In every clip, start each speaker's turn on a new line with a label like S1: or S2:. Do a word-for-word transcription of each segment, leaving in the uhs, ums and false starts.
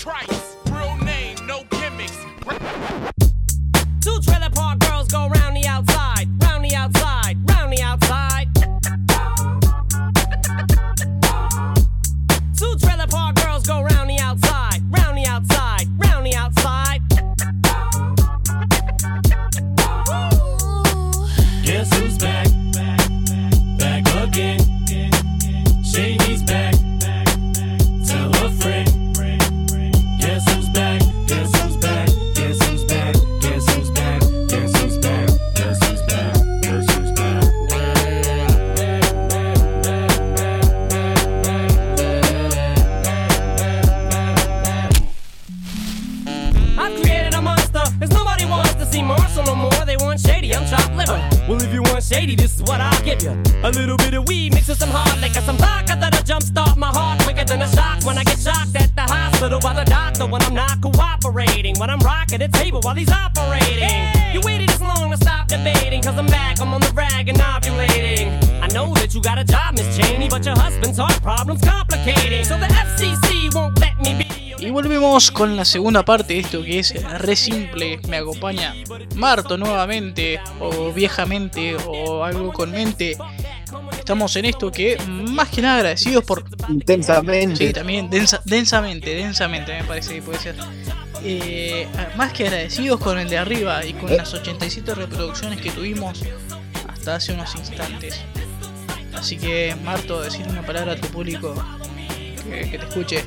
S1: trice. Real name, no gimmicks.
S2: Two trailer park girls go round the outside, round the outside, round the outside. Two trailer park girls go round the outside, round the outside, round the outside.
S3: Guess who's back? Back again. Shady's back. Tell a friend. Guess who's back? Guess who's back? Guess who's back? Guess who's back? Guess who's back? Guess who's back? Guess who's back?
S2: I've created a monster, cause nobody wants to see Marshall no more. They want Shady, I'm chopped liver. Well, if you want Shady, this is what I'll give you. A little bit of weed mixed with some hard liquor, some vodka that'll jumpstart my heart quicker than a shock when I get shocked at the hospital by the doctor when I'm not cooperating. When I'm rocking the table while he's operating. You waited this long to stop debating, cause I'm back, I'm on the rag and ovulating. I know that you got a job, Miss Cheney, but your husband's heart problem's complicating. So the F C C won't let me be.
S4: Y volvemos con la segunda parte de esto que es re simple. Me acompaña Marto nuevamente, o viejamente, o algo con mente. Estamos en esto que más que nada agradecidos por...
S5: Intensamente.
S4: Sí, también densa, densamente, densamente me parece que puede ser. Eh, más que agradecidos con el de arriba y con ¿Eh? las ochenta y siete reproducciones que tuvimos hasta hace unos instantes. Así que Marto, decir una palabra a tu público que, que te escuche.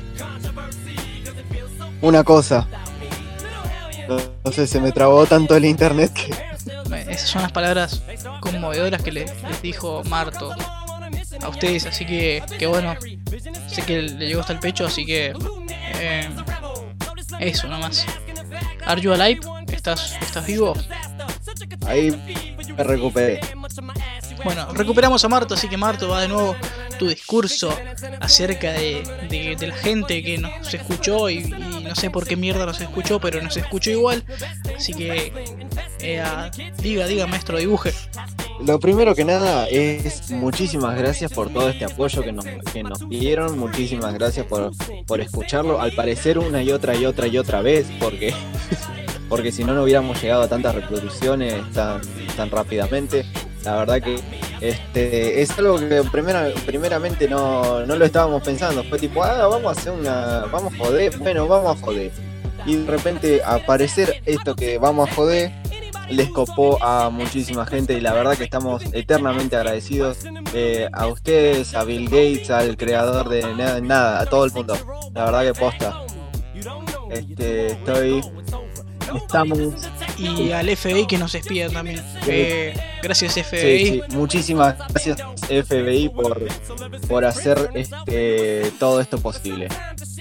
S5: Una cosa. No, no sé, se me trabó tanto el internet que...
S4: Esas son las palabras conmovedoras que les, les dijo Marto a ustedes, así que, que bueno, sé que le llegó hasta el pecho, así que eh, eso nomás. Are you alive? ¿Estás, estás vivo?
S5: Ahí me recuperé.
S4: Bueno, recuperamos a Marto, así que Marto, va de nuevo tu discurso acerca de, de, de la gente que nos escuchó y, y no sé por qué mierda nos escuchó, pero nos escuchó igual. Así que eh, diga, diga maestro, dibuje.
S5: Lo primero que nada es muchísimas gracias por todo este apoyo que nos, que nos dieron, muchísimas gracias por, por escucharlo, al parecer una y otra y otra y otra vez, porque porque si no no hubiéramos llegado a tantas reproducciones tan, tan rápidamente. La verdad que este es algo que primera, primeramente no, no lo estábamos pensando, fue tipo, ah, vamos a hacer una, vamos a joder, bueno, vamos a joder. Y de repente aparecer esto que vamos a joder les copó a muchísima gente y la verdad que estamos eternamente agradecidos eh, a ustedes, a Bill Gates, al creador de nada, nada, a todo el mundo. La verdad que posta. Este, estoy... Estamos...
S4: Y al F B I que nos espía también. Eh, gracias F B I.
S5: Sí, sí. Muchísimas gracias F B I por, por hacer este, todo esto posible.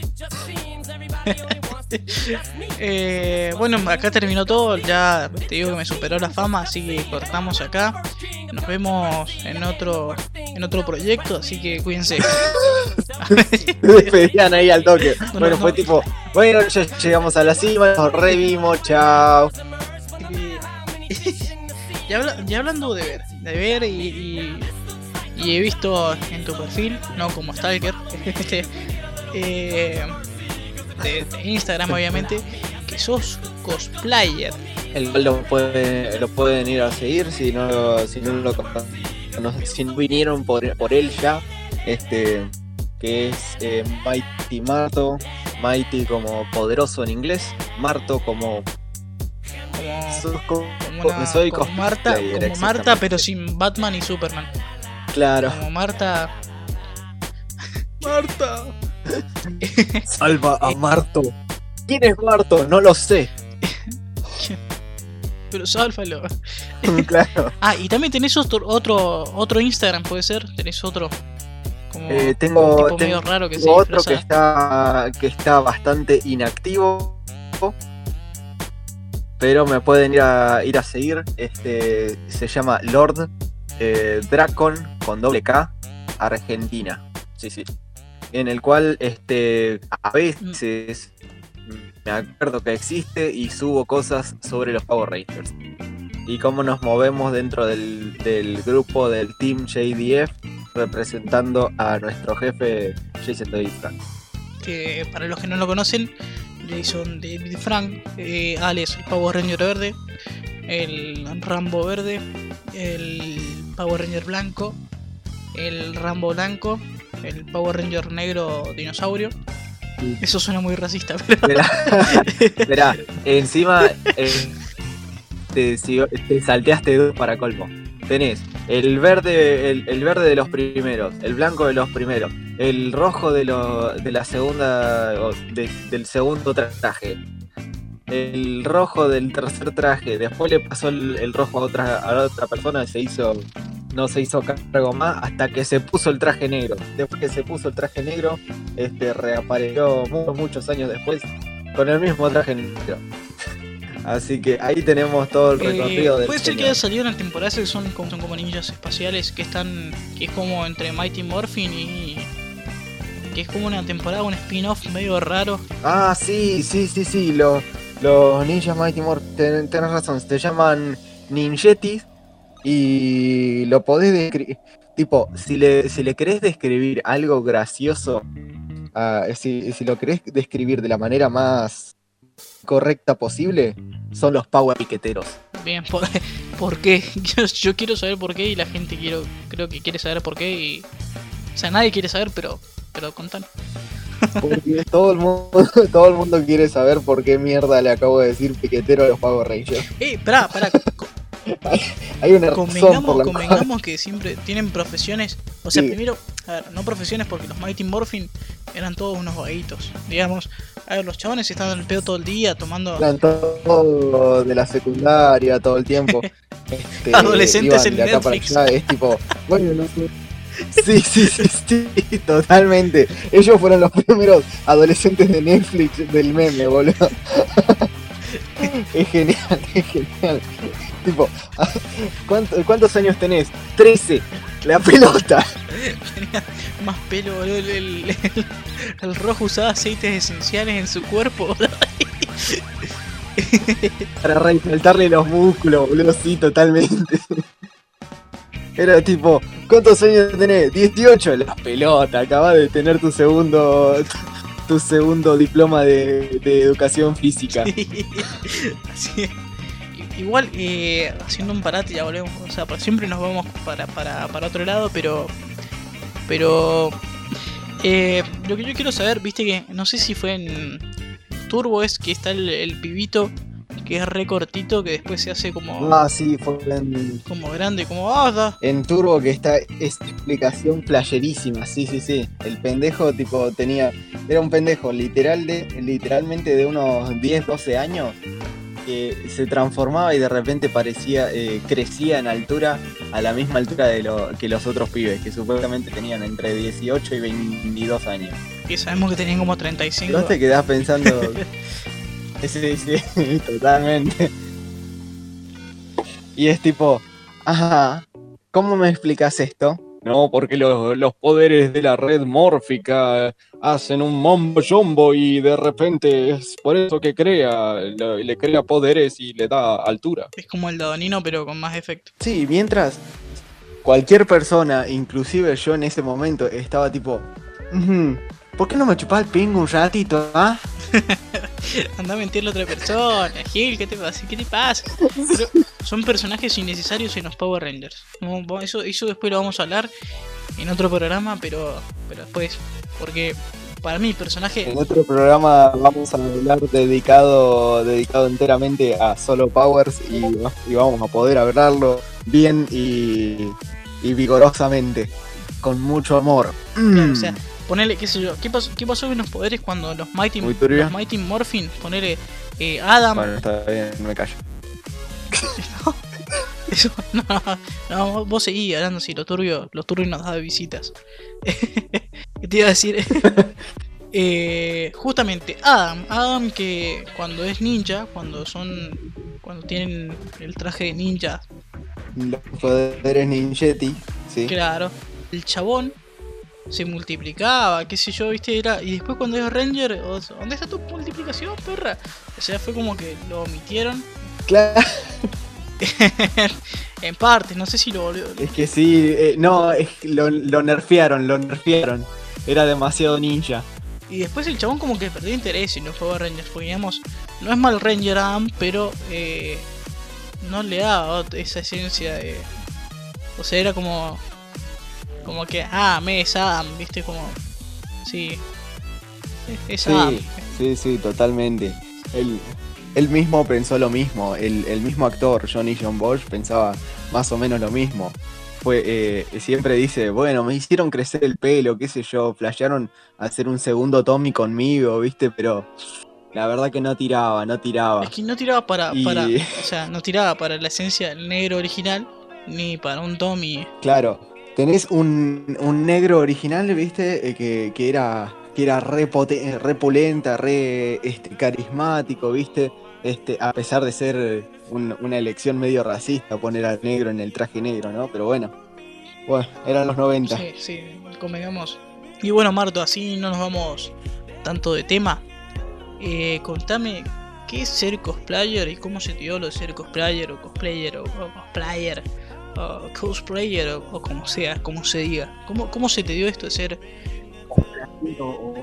S4: eh, bueno, acá terminó todo. Ya te digo que me superó la fama, así que cortamos acá. Nos vemos en otro en otro proyecto, así que cuídense.
S5: Me despedían ahí al toque.
S4: No,
S5: bueno,
S4: no,
S5: fue
S4: no.
S5: tipo, bueno, ya llegamos a la cima, nos revimos, chao.
S4: Y, habla, y hablando de ver, de ver y, y, y he visto en tu perfil, no como Stalker, este, eh, de, de Instagram obviamente, que sos cosplayer.
S5: El cual lo, puede, lo pueden ir a seguir si no, si no lo no, si no vinieron por, por él ya, este que es eh, Mighty Marto, Mighty como poderoso en inglés, Marto como
S4: Como,
S5: como,
S4: como, una,
S5: soy
S4: como Marta, como Marta pero sin Batman y Superman.
S5: Claro.
S4: Como Marta. Marta.
S5: Salva a Marto. ¿Quién es Marto? No lo sé.
S4: Pero sálvalo.
S5: Claro.
S4: Ah, y también tenés otro otro otro Instagram, puede ser. Tenés otro. Como
S5: eh, tengo
S4: un tipo
S5: tengo
S4: medio raro que se
S5: otro
S4: disfraza.
S5: que está que está bastante inactivo. Pero me pueden ir a ir a seguir. Este se llama Lord eh, Dracon con doble K Argentina. Sí, sí. En el cual este a veces me acuerdo que existe y subo cosas sobre los Power Rangers y cómo nos movemos dentro del, del grupo del Team J D F representando a nuestro jefe Jason David Frank.
S4: Que para los que no lo conocen Jason David Frank, eh, Alex, el Power Ranger verde, el Rambo verde, el Power Ranger blanco, el Rambo blanco, el Power Ranger negro dinosaurio. Eso suena muy racista, pero...
S5: Esperá, encima eh, te, si- te salteaste dos para colmo. Tenés el verde, el, el verde de los primeros, el blanco de los primeros, el rojo de, lo, de la segunda, o de- del segundo traje, el rojo del tercer traje. Después le pasó el, el rojo a otra, a otra persona y se hizo, no se hizo cargo más hasta que se puso el traje negro. Después que se puso el traje negro, este reapareció muchos, muchos años después con el mismo traje negro. Así que ahí tenemos todo el recorrido
S4: Eh,
S5: del
S4: puede ser que
S5: señor.
S4: haya salido una temporada que son como, son como ninjas espaciales que están, que es como entre Mighty Morphin y que es como una temporada, un spin-off medio raro.
S5: Ah, sí, sí, sí, sí, los, los ninjas Mighty Morphin, ten- tenés razón, se llaman ninjetis y lo podés describir, tipo, si le, si le querés describir algo gracioso, ah, si, si lo querés describir de la manera más correcta posible, son los Power Piqueteros.
S4: Bien, ¿por, por qué? Yo, yo quiero saber por qué y la gente quiero, creo que quiere saber por qué y... O sea, nadie quiere saber, pero, pero contanos.
S5: Porque todo el mundo, todo el mundo quiere saber por qué mierda le acabo de decir piquetero a los Power Rangers.
S4: Eh, pará, pará. co-
S5: Hay una razón
S4: Convengamos,
S5: por la cual-
S4: convengamos que siempre tienen profesiones. O sea,
S5: Sí.
S4: primero, a ver, no profesiones porque los Mighty Morphin eran todos unos vaguitos. Digamos, a ver, los chabones estaban en el pedo todo el día tomando.
S5: Eran todo de la secundaria, todo el tiempo. Este,
S4: Adolescentes
S5: iban
S4: en
S5: de acá para
S4: Netflix.
S5: allá, es tipo, bueno, no sé. Sí, sí, sí, sí, totalmente. Ellos fueron los primeros adolescentes de Netflix del meme, boludo. Es genial, es genial. Tipo, ¿cuánto- ¿cuántos años tenés? trece. La pelota.
S4: Tenía más pelo, boludo. El, el- el- el rojo usaba aceites esenciales en su cuerpo, boludo.
S5: Para resaltarle los músculos, boludo, sí, totalmente. Era tipo, ¿cuántos años tenés? dieciocho. La pelota, acabas de tener tu segundo tu segundo diploma de, de educación física.
S4: Así es. I- Igual, eh, haciendo un parate, ya volvemos. O sea, para siempre nos vamos para, para, para otro lado, pero. Pero. Eh, lo que yo quiero saber, viste que. No sé si fue en Turbo, es que está el, el pibito que es re cortito, que después se hace como.
S5: Ah, sí, fue en,
S4: Como grande, como. ¡Ah! da!
S5: en Turbo que está esta explicación playerísima, sí, sí, sí. El pendejo tipo tenía, era un pendejo literal de, literalmente de unos diez, doce años, que se transformaba y de repente parecía, eh, crecía en altura a la misma altura de lo, que los otros pibes, que supuestamente tenían entre dieciocho y veintidós años.
S4: Que sabemos que tenían como treinta y cinco.
S5: No te quedás pensando. Sí, sí, totalmente. Y es tipo, ajá, ¿cómo me explicas esto? No, porque los, los poderes de la red mórfica hacen un mombo jumbo y de repente es por eso que crea, le, le crea poderes y le da altura.
S4: Es como el Dadonino, pero con más efecto.
S5: Sí, mientras cualquier persona, inclusive yo en ese momento, estaba tipo, "Ujú, ¿por qué no me chupás el pingo un ratito, ah?"
S4: Anda a mentirle a otra persona, Gil, ¿qué te pasa? ¿Qué te pasa? Pero son personajes innecesarios en los Power Rangers. No, bo- Eso, eso después lo vamos a hablar en otro programa, pero, pero después. Porque para mí, personaje.
S5: En otro programa vamos a hablar dedicado, dedicado enteramente a solo Powers y, y vamos a poder hablarlo bien y, y vigorosamente, con mucho amor.
S4: Claro,
S5: Mm.
S4: o sea, ponele, qué sé yo, ¿qué pasó, qué pasó con los poderes cuando los Mighty,
S5: Muy turbio.
S4: los Mighty Morphin, ponele eh, Adam?
S5: Bueno, está bien, me callo.
S4: Eso, no, no, vos seguí hablando si lo turbio, lo turbio nos da visitas. ¿Qué te iba a decir? Eh, justamente Adam, Adam que cuando es ninja, cuando son, cuando tienen el traje de ninja,
S5: Los poderes ninjetti, sí.
S4: claro, el chabón se multiplicaba, qué sé yo, viste, era, y después cuando es Ranger, o sea, ¿dónde está tu multiplicación, perra? O sea, fue como que lo omitieron
S5: Claro,
S4: en parte, no sé si lo volvió.
S5: es que sí, eh, no, es que lo, lo nerfearon, lo nerfearon. Era demasiado ninja.
S4: Y después el chabón como que perdió interés en los Power Rangers, porque digamos, no es mal Ranger Adam, pero eh, no le daba esa esencia de... O sea, era como... Como que, ah, me es Adam, viste, como... Sí, es
S5: Sí,
S4: Adam.
S5: sí, sí, totalmente. Él, él mismo pensó lo mismo. El, el mismo actor, Johnny John Bosch, pensaba más o menos lo mismo. Fue, eh, siempre dice, bueno, me hicieron crecer el pelo, qué sé yo, flashearon hacer un segundo Tommy conmigo, ¿viste? Pero la verdad que no tiraba, no tiraba.
S4: Es que no tiraba para, para...
S5: Y
S4: O sea, no tiraba para la esencia del negro original, ni para un Tommy.
S5: claro, tenés un, un negro original, ¿viste? Eh, que, que era, que era re, poten- re pulenta, re este, carismático, ¿viste? Este, a pesar de ser un- una elección medio racista poner al negro en el traje negro, ¿no? Pero bueno, bueno, eran los noventa.
S4: Sí, sí, convengamos. Y bueno, Marto, así no nos vamos tanto de tema. Eh, contame, ¿qué es ser cosplayer y cómo se te dio lo de ser cosplayer o cosplayer o, o cosplayer o cosplayer o, o como sea, como se diga? ¿Cómo, ¿Cómo se te dio esto de ser...
S6: O, o-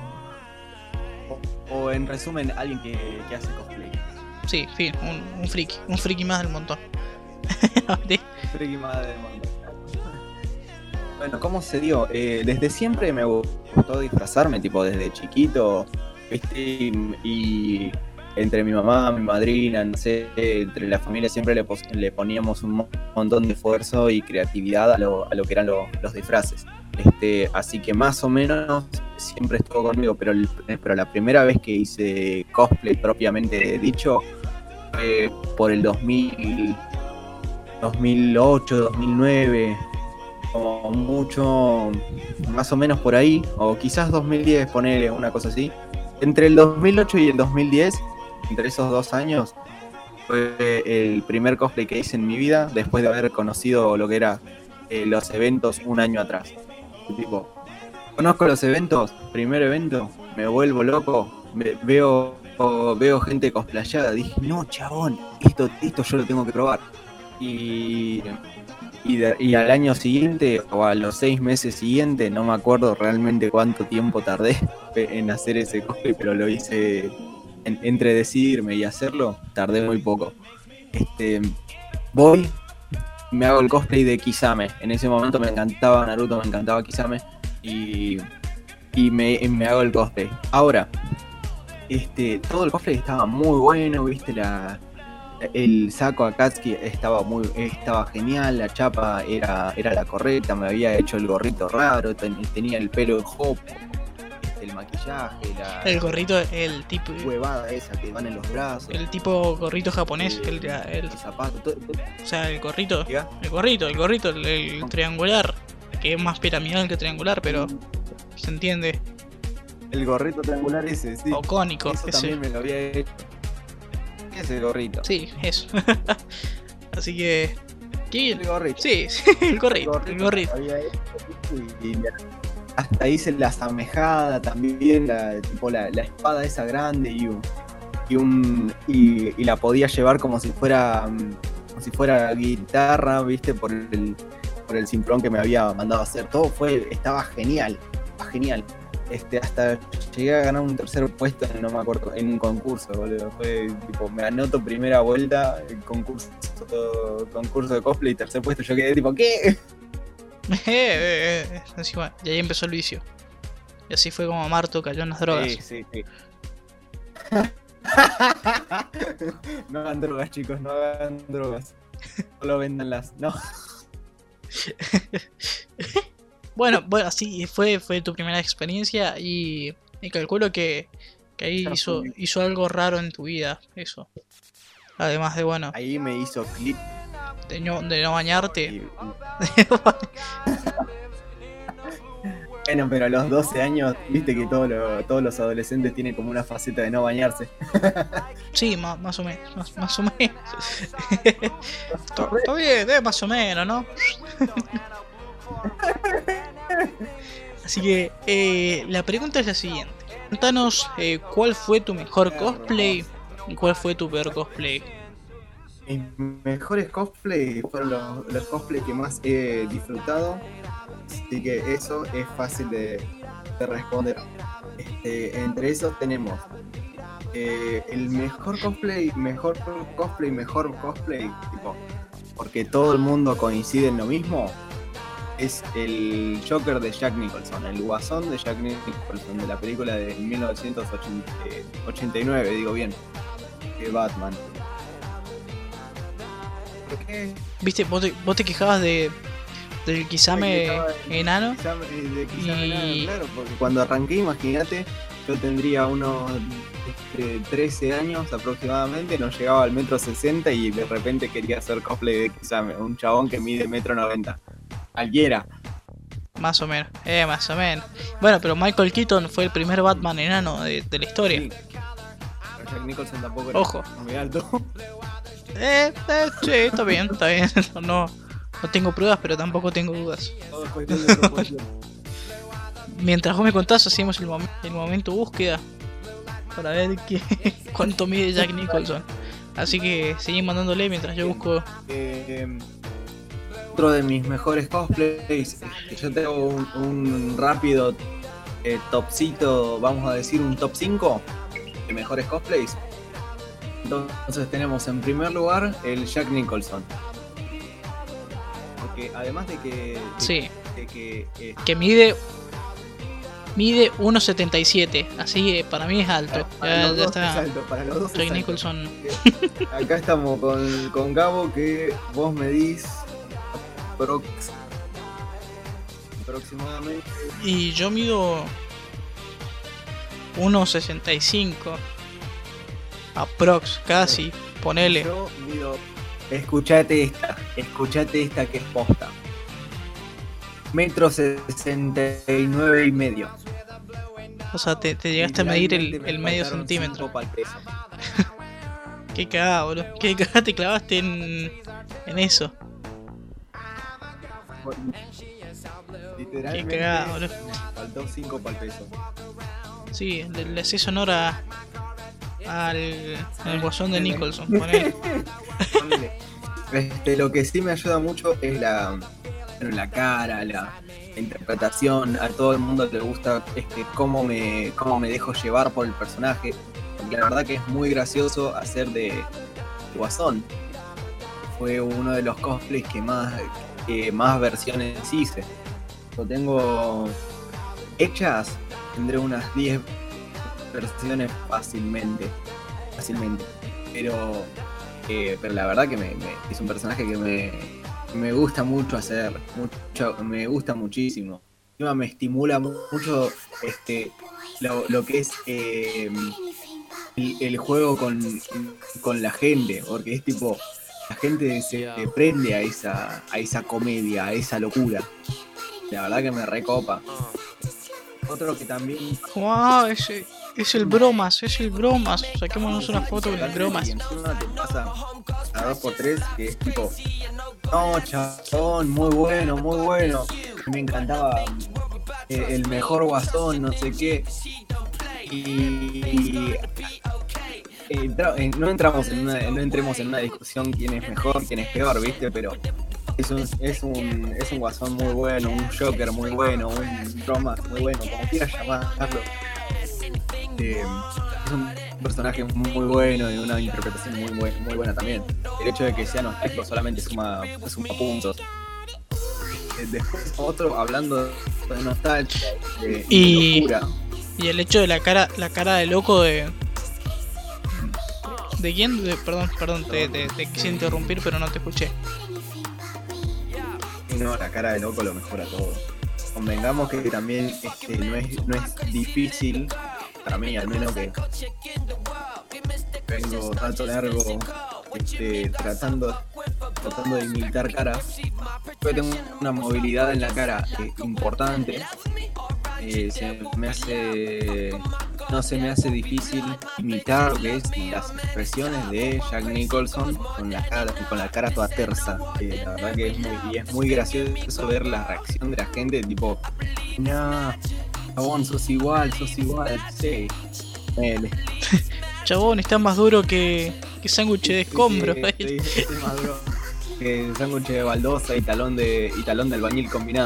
S6: o en resumen, alguien que, que hace cosplay.
S4: Sí, fin, un, un friki, un friki más del montón.
S6: Friki madre del mundo. Bueno, ¿cómo se dio? Eh, desde siempre me gustó disfrazarme, tipo desde chiquito, ¿viste? Y, y entre mi mamá, mi madrina, no sé, entre la familia siempre le, pos- le poníamos un mo- montón de esfuerzo y creatividad a lo, a lo que eran lo- los disfraces. Este, así que más o menos siempre estuvo conmigo, pero, el- pero la primera vez que hice cosplay propiamente dicho fue por el dos mil, dos mil ocho, dos mil nueve, como mucho, más o menos por ahí, o quizás dos mil diez, ponele una cosa así. Entre el dos mil ocho y el dos mil diez, entre esos dos años, fue el primer cosplay que hice en mi vida, después de haber conocido lo que era eh, los eventos un año atrás. Tipo, conozco los eventos, primer evento, me vuelvo loco, me- veo, veo gente cosplayada, dije, no, chabón, esto, esto yo lo tengo que probar. Y, y, de- y al año siguiente, o a los seis meses siguientes, no me acuerdo realmente cuánto tiempo tardé en hacer ese cosplay, pero lo hice, en- entre decidirme y hacerlo, tardé muy poco. Este, voy, me hago el cosplay de Kisame. En ese momento me encantaba Naruto, me encantaba Kisame. Y, y me, me hago el cosplay. Ahora, este, todo el cosplay estaba muy bueno, viste, la, el saco Akatsuki estaba muy, estaba genial, la chapa era, era la correcta, me había hecho el gorrito raro, ten- tenía el pelo de Hop, este, el maquillaje, la
S4: El gorrito, el tipo...
S6: huevada esa que van en los brazos,
S4: El tipo gorrito japonés,
S6: eh,
S4: el, el,
S6: el zapato, todo- todo-
S4: o sea, el gorrito,
S6: ¿diga?
S4: el gorrito, el gorrito, el, el triangular, que es más piramidal que triangular, pero se entiende,
S6: El gorrito triangular ese, sí.
S4: o cónico,
S6: Eso
S4: ese.
S6: también me lo había hecho. Ese gorrito.
S4: Sí, eso. Así que... ¿qué?
S6: El gorrito.
S4: Sí, sí, el gorrito, el gorrito.
S6: lo había hecho y, y hasta hice la samejada también, la, tipo la, la espada esa grande y un, y, un y, y la podía llevar como si fuera mm, como si fuera guitarra, viste, por el por el cinturón que me había mandado a hacer. Todo fue, estaba genial, estaba genial. Este, hasta llegué a ganar un tercer puesto, no me acuerdo, en un concurso, boludo. Fue tipo, me anoto primera vuelta, el concurso, concurso de cosplay, tercer puesto, yo quedé tipo, ¿qué?
S4: Eh, eh, eh, encima, y ahí empezó el vicio. Y así fue como Marto cayó en las drogas.
S6: Sí, sí, sí. No hagan drogas, chicos, no hagan drogas. Solo véndanlas, no.
S4: Bueno, bueno, así fue, fue tu primera experiencia y, y calculo que, que ahí
S6: Ya
S4: hizo,
S6: fue.
S4: hizo algo raro en tu vida, eso. Además de, bueno,
S6: Ahí me hizo clip.
S4: de no, de no bañarte.
S6: y- Bueno, pero a los doce años, viste que todo lo- todos los adolescentes tienen como una faceta de no bañarse.
S4: Sí, más, más o menos, más, más o menos. Está está bien, eh, más o menos, ¿no? Así que eh, la pregunta es la siguiente. Cuéntanos eh, cuál fue tu mejor cosplay y cuál fue tu peor cosplay.
S6: Mis mejores cosplay fueron los, los cosplay que más he disfrutado. Así que eso es fácil de, de responder. Este, entre esos tenemos eh, el mejor cosplay, mejor cosplay, mejor cosplay, tipo, porque todo el mundo coincide en lo mismo. Es el Joker de Jack Nicholson, el guasón de Jack Nicholson de la película de mil novecientos ochenta y nueve, digo bien, de Batman. ¿Por qué?
S4: Viste, vos te, vos te quejabas de del Kisame
S6: de-
S4: enano.
S6: Kisame- de Kisame
S4: Y-
S6: enano, claro, porque cuando arranqué, imagínate, yo tendría unos este, trece años aproximadamente, no llegaba al metro sesenta y de repente quería hacer cosplay de Kisame, un chabón que mide metro noventa. Cualquiera.
S4: Más o menos, eh, más o menos. Bueno, pero Michael Keaton fue el primer Batman enano de, de la historia.
S6: Sí. Pero Jack Nicholson tampoco era
S4: Ojo.
S6: muy alto.
S4: Eh, eh, sí, está bien, está bien. No, no tengo pruebas, pero tampoco tengo dudas.
S6: Todo es cuestión de proporción.
S4: Mientras vos me contás, hacemos el, mom- el momento búsqueda para ver qué, cuánto mide Jack Nicholson. Así que seguí mandándole mientras yo busco.
S6: Eh, otro de mis mejores cosplays, este, yo tengo un, un rápido eh, topcito, vamos a decir un top cinco de mejores cosplays. Entonces tenemos en primer lugar el Jack Nicholson. Porque además de que... de-
S4: Sí,
S6: de que eh,
S4: que mide. Mide uno setenta y siete. Así que para mí es alto.
S6: para
S4: Ya,
S6: los
S4: ya
S6: dos es
S4: está.
S6: alto, para los dos es
S4: Jack
S6: alto.
S4: Nicholson.
S6: Acá estamos con, con Gabo, que vos medís aprox- aproximadamente.
S4: Y yo mido uno sesenta y cinco. Aprox, casi. Ponele.
S6: Yo mido. Escuchate esta, escuchate esta que es posta. Metro sesenta y nueve y medio.
S4: O sea, te, te llegaste a medir el,
S6: Literalmente me
S4: el medio
S6: faltaron
S4: centímetro.
S6: cinco pa'l peso.
S4: Qué cagada, boludo. Qué cagada te clavaste en, en eso.
S6: Literalmente
S4: Qué cagada, boludo.
S6: me faltó cinco pa'l peso.
S4: Sí, le, le haces honor a, al, al guasón de Nicholson. Ponele.
S6: Este, lo que sí me ayuda mucho es la, bueno, la cara, la, la interpretación. A todo el mundo le gusta este, cómo, me, cómo me dejo llevar por el personaje. Porque la verdad que es muy gracioso hacer de, de Guasón. Fue uno de los cosplays que más, que más versiones hice. Yo tengo hechas, tendré unas diez versiones fácilmente. Fácilmente. Pero Eh, pero la verdad que me, me- es un personaje que me, me gusta mucho hacer, mucho, me gusta muchísimo. Encima me estimula mu- mucho este, lo, lo que es eh, el, el juego con, con la gente, porque es tipo, la gente se prende a esa, a esa comedia, a esa locura. La verdad que me recopa. Otro que también...
S4: Wow, ese es el bromas, es el bromas. Saquémonos una foto con el bromas.
S6: Y encima te pasa a dos por tres que es tipo, no, chabón, muy bueno, muy bueno. Me encantaba eh, el mejor guasón, no sé qué. Y eh, entra- eh, no entramos en una, no entremos en una discusión quién es mejor, quién es peor, ¿viste? Pero es un, es un, es un guasón muy bueno, un Joker muy bueno, un bromas muy bueno, como quieras llamarlo. Eh, es un personaje muy bueno y una interpretación muy, buen- muy buena también. El hecho de que sea nostálgico solamente suma, suma puntos. Eh, Después otro, hablando de nostalgia, de,
S4: Y-
S6: de locura.
S4: Y el hecho de la cara, la cara de loco de. ¿De quién? De- perdón, perdón, te, te- te quise interrumpir, pero no te escuché.
S6: Y no, la cara de loco lo mejora todo. Convengamos que también este, no, es, no es difícil, para mí al menos, que vengo tanto largo este, tratando, tratando de imitar caras. Yo tengo una movilidad en la cara eh, importante. Eh, se me hace, no se me hace difícil imitar lo que es las expresiones de Jack Nicholson con la cara, con la cara toda tersa. Eh, la verdad que es muy, y es muy gracioso ver la reacción de la gente, tipo, no, chabón, sos igual, sos igual, sí. Ponele.
S4: Chabón, está más duro que, que sándwich de escombros.
S6: Sí, sí, sí, más duro que sándwich de baldosa y talón de y talón de albañil combinado.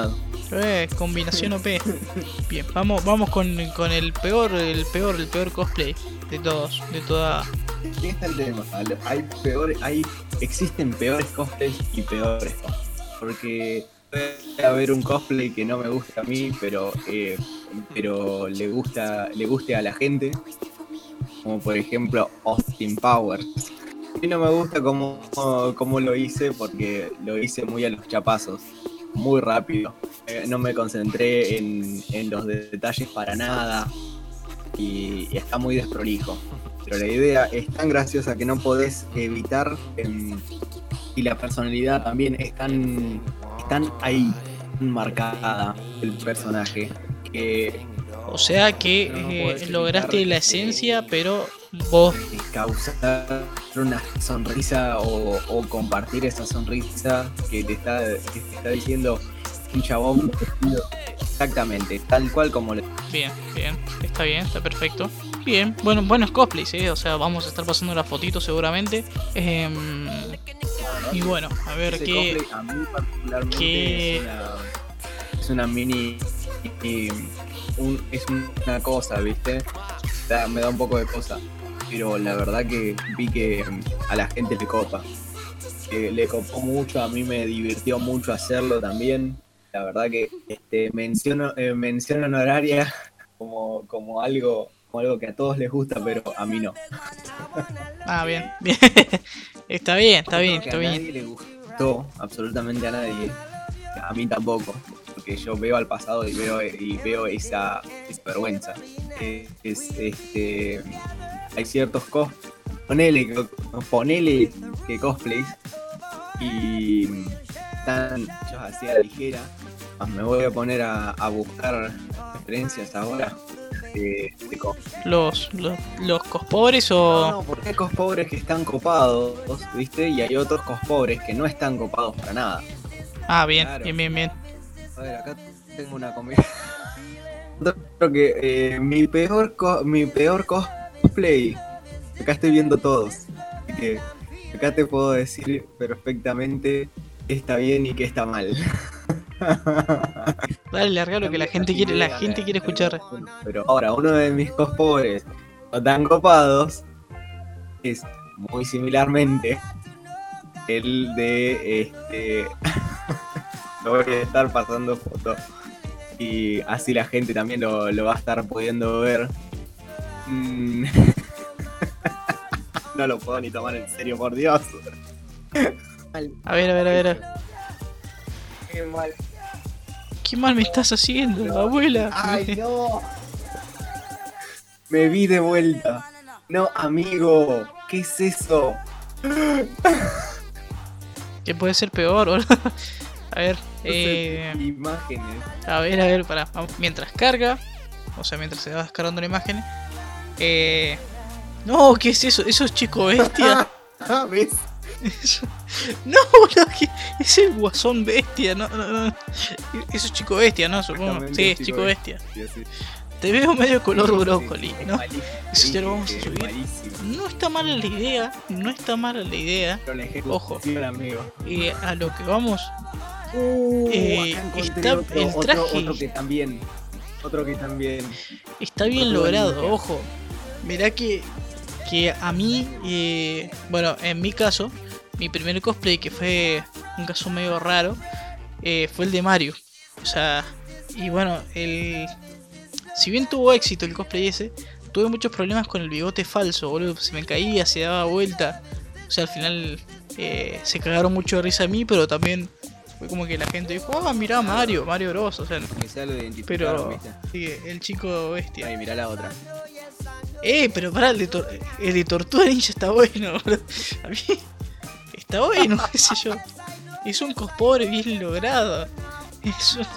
S4: Eh, combinación O P. Bien, vamos, vamos con, con el peor, el peor, el peor cosplay de todos, de toda.
S6: ¿Qué está el tema? Hay peores, hay, existen peores cosplays y peores cosplays. Porque puede haber un cosplay que no me gusta a mí, pero eh, pero le gusta, le guste a la gente. Como por ejemplo Austin Powers. A mí no me gusta cómo, cómo lo hice porque lo hice muy a los chapazos, muy rápido. Eh, no me concentré en, en los detalles para nada y, y está muy desprolijo. Pero la idea es tan graciosa que no podés evitar eh, y la personalidad también es tan, tan ahí, marcada el personaje que...
S4: O sea que
S6: No, no
S4: eh,
S6: podés
S4: lograste
S6: evitar
S4: la
S6: que-
S4: esencia, pero vos.
S6: causar una sonrisa o, o compartir esa sonrisa que te está, que te está diciendo un chabón vestido exactamente, tal cual como le...
S4: Bien, bien, está bien, está perfecto. Bien, bueno, buenos cosplays, eh. O sea, vamos a estar pasando las fotitos seguramente. Em, y bueno, a ver
S6: Ese
S4: qué.
S6: cosplay a mí particularmente
S4: qué-
S6: es, una, es una mini... eh, un- es una cosa, ¿viste? Da- me da un poco de cosa. Pero la verdad que vi que a la gente le copa. Eh, le copó mucho, a mí me divirtió mucho hacerlo también. La verdad que este, menciono, eh, mención honoraria como, como, algo, como algo que a todos les gusta, pero a mí no.
S4: Ah, bien, bien. Está bien, está bien,
S6: Que
S4: está
S6: a
S4: bien.
S6: nadie le gustó, absolutamente a nadie. A mí tampoco, porque yo veo al pasado y veo, y veo esa, esa vergüenza. Eh, es, este, hay ciertos cos... Ponele, que- ponele que cosplays y están hechos así a la ligera. Ah, me voy a poner a, a buscar referencias ahora de, de cosplay.
S4: Los, los, los cospobres
S6: No,
S4: o.
S6: no, porque hay cospobres que están copados, ¿viste? Y hay otros cospobres que no están copados para nada.
S4: Ah, bien,
S6: Claro.
S4: bien, bien, bien.
S6: A ver, acá tengo una comida. Creo que eh, mi peor co- mi peor cosplay. Acá estoy viendo todos. Así que acá te puedo decir perfectamente qué está bien y qué está mal.
S4: Dale, largalo que la gente quiere, la gente quiere escuchar.
S6: Pero ahora, uno de mis cospobres no tan copados es muy similarmente el de este. Lo voy a estar pasando fotos y así la gente también lo, lo va a estar pudiendo ver. Mm. No lo puedo ni tomar en serio, por Dios.
S4: A ver, a ver, a ver.
S6: Qué mal.
S4: ¿Qué mal me estás haciendo, abuela?
S6: Ay, no. Me vi de vuelta. No, amigo, ¿qué es eso?
S4: ¿Qué puede ser peor? boludo? A ver,
S6: No sé,
S4: eh,
S6: imágenes.
S4: a ver, a ver, para. Mientras carga, o sea, mientras se va descargando la imagen. Eh, no, ¿qué es eso? Eso es Chico Bestia.
S6: Ah, ¿ves?
S4: Eso- No, boludo, que es el Guasón Bestia, no, no, no. Eso es Chico Bestia, ¿no? Supongo.
S6: Exactamente,
S4: Sí, es
S6: Chico
S4: Chico Bestia.
S6: Sí, sí.
S4: Te veo medio color
S6: Sí,
S4: brócoli,
S6: es
S4: ¿no?
S6: malísimo.
S4: Eso te lo vamos a
S6: Sí, es
S4: subir.
S6: malísimo.
S4: No está mala la idea, no está mala la idea.
S6: Pero la ejecución,
S4: Ojo.
S6: amigo.
S4: Eh, a lo que vamos,
S6: Uh,
S4: Eh,
S6: acá encontré
S4: está
S6: otro,
S4: el
S6: otro-
S4: traje.
S6: Otro, que también. Otro que también.
S4: está bien
S6: Otro
S4: logrado,
S6: ninja.
S4: ojo. Mirá que, que a mí, eh, bueno, en mi caso, mi primer cosplay, que fue un caso medio raro, eh, fue el de Mario. O sea, y bueno, el si bien tuvo éxito el cosplay ese, tuve muchos problemas con el bigote falso, boludo. Se me caía, se daba vuelta. O sea, al final eh, se cagaron mucho de risa a mí, pero también fue como que la gente dijo, ah, mirá Mario, Mario Bros. O sea,
S6: Que ya lo identificaron,
S4: pero
S6: ¿viste?
S4: sí, el chico bestia.
S6: Ahí, mirá la otra.
S4: Eh, pero pará, el de, Tor- el de Tortuga Ninja está bueno, boludo. A mí está bueno, qué sé yo. Es un cospobre bien logrado. Es un...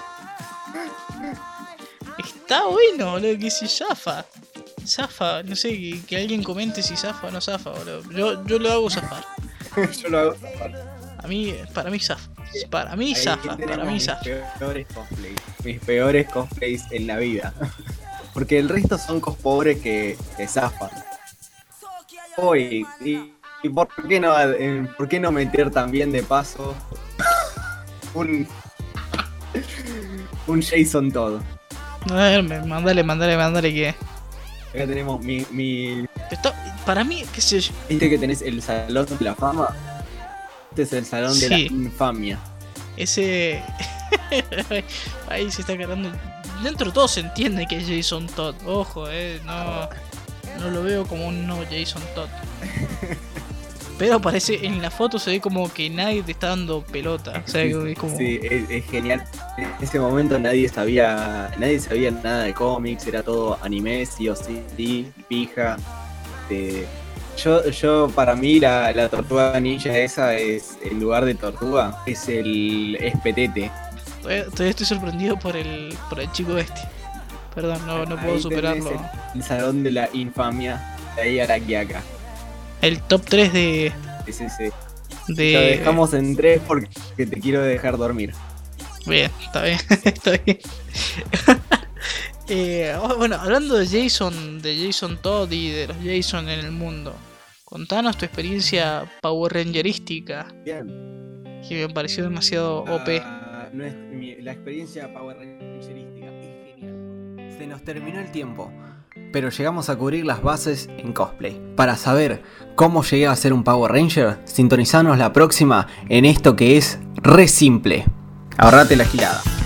S4: Está bueno, boludo, que si zafa. Zafa, no sé, que, que alguien comente si zafa o no zafa, boludo. Yo, yo lo hago zafar.
S6: Yo lo hago.
S4: A mí, para mí zafa. Para mí
S6: Ahí
S4: zafa,
S6: tenemos
S4: para mí
S6: mis
S4: zafa.
S6: peores cosplays. Mis peores cosplays en la vida. Porque el resto son cospobres que, que zafan. Hoy, y, y por qué no eh, por qué no meter también de paso un un Jason Todd.
S4: A ver, me- mandale, mandale, mandale que...
S6: Acá tenemos mi, mi...
S4: Está, para mí, qué sé yo.
S6: ¿Viste que tenés el Salón de la Fama? Este es el Salón de la
S4: Sí.
S6: Infamia.
S4: Ese... Ahí se está cargando... Dentro de todo se entiende que es Jason Todd. Ojo, eh, no... No lo veo como un no Jason Todd. Pero parece, en la foto se ve como que nadie te está dando pelota. O sea, que es como...
S6: Sí, es, es genial. En ese momento nadie sabía nadie sabía nada de cómics, era todo anime, sí o sí, pija. Eh, yo, yo, para mí, la, la tortuga ninja esa es, en lugar de tortuga, es el es Petete.
S4: Todavía, todavía estoy sorprendido por el, por el chico este. Perdón, no, no puedo
S6: Ahí
S4: superarlo.
S6: tenés El, el salón de la infamia, de ahí a la Kiaka.
S4: El top tres de...
S6: Es ese.
S4: de...
S6: Lo dejamos en tres porque te quiero dejar dormir.
S4: Bien, está bien, está bien. eh, bueno, hablando de Jason, de Jason Todd y de los Jason en el mundo, contanos tu experiencia Power Rangerística,
S6: Bien.
S4: que me pareció demasiado O P.
S6: Ah, no es- mi- la experiencia Power Rangerística es genial. Se nos terminó el tiempo, pero llegamos a cubrir las bases en cosplay. Para saber cómo llegué a ser un Power Ranger, sintonizanos la próxima en esto que es re simple. Ahorrate la girada.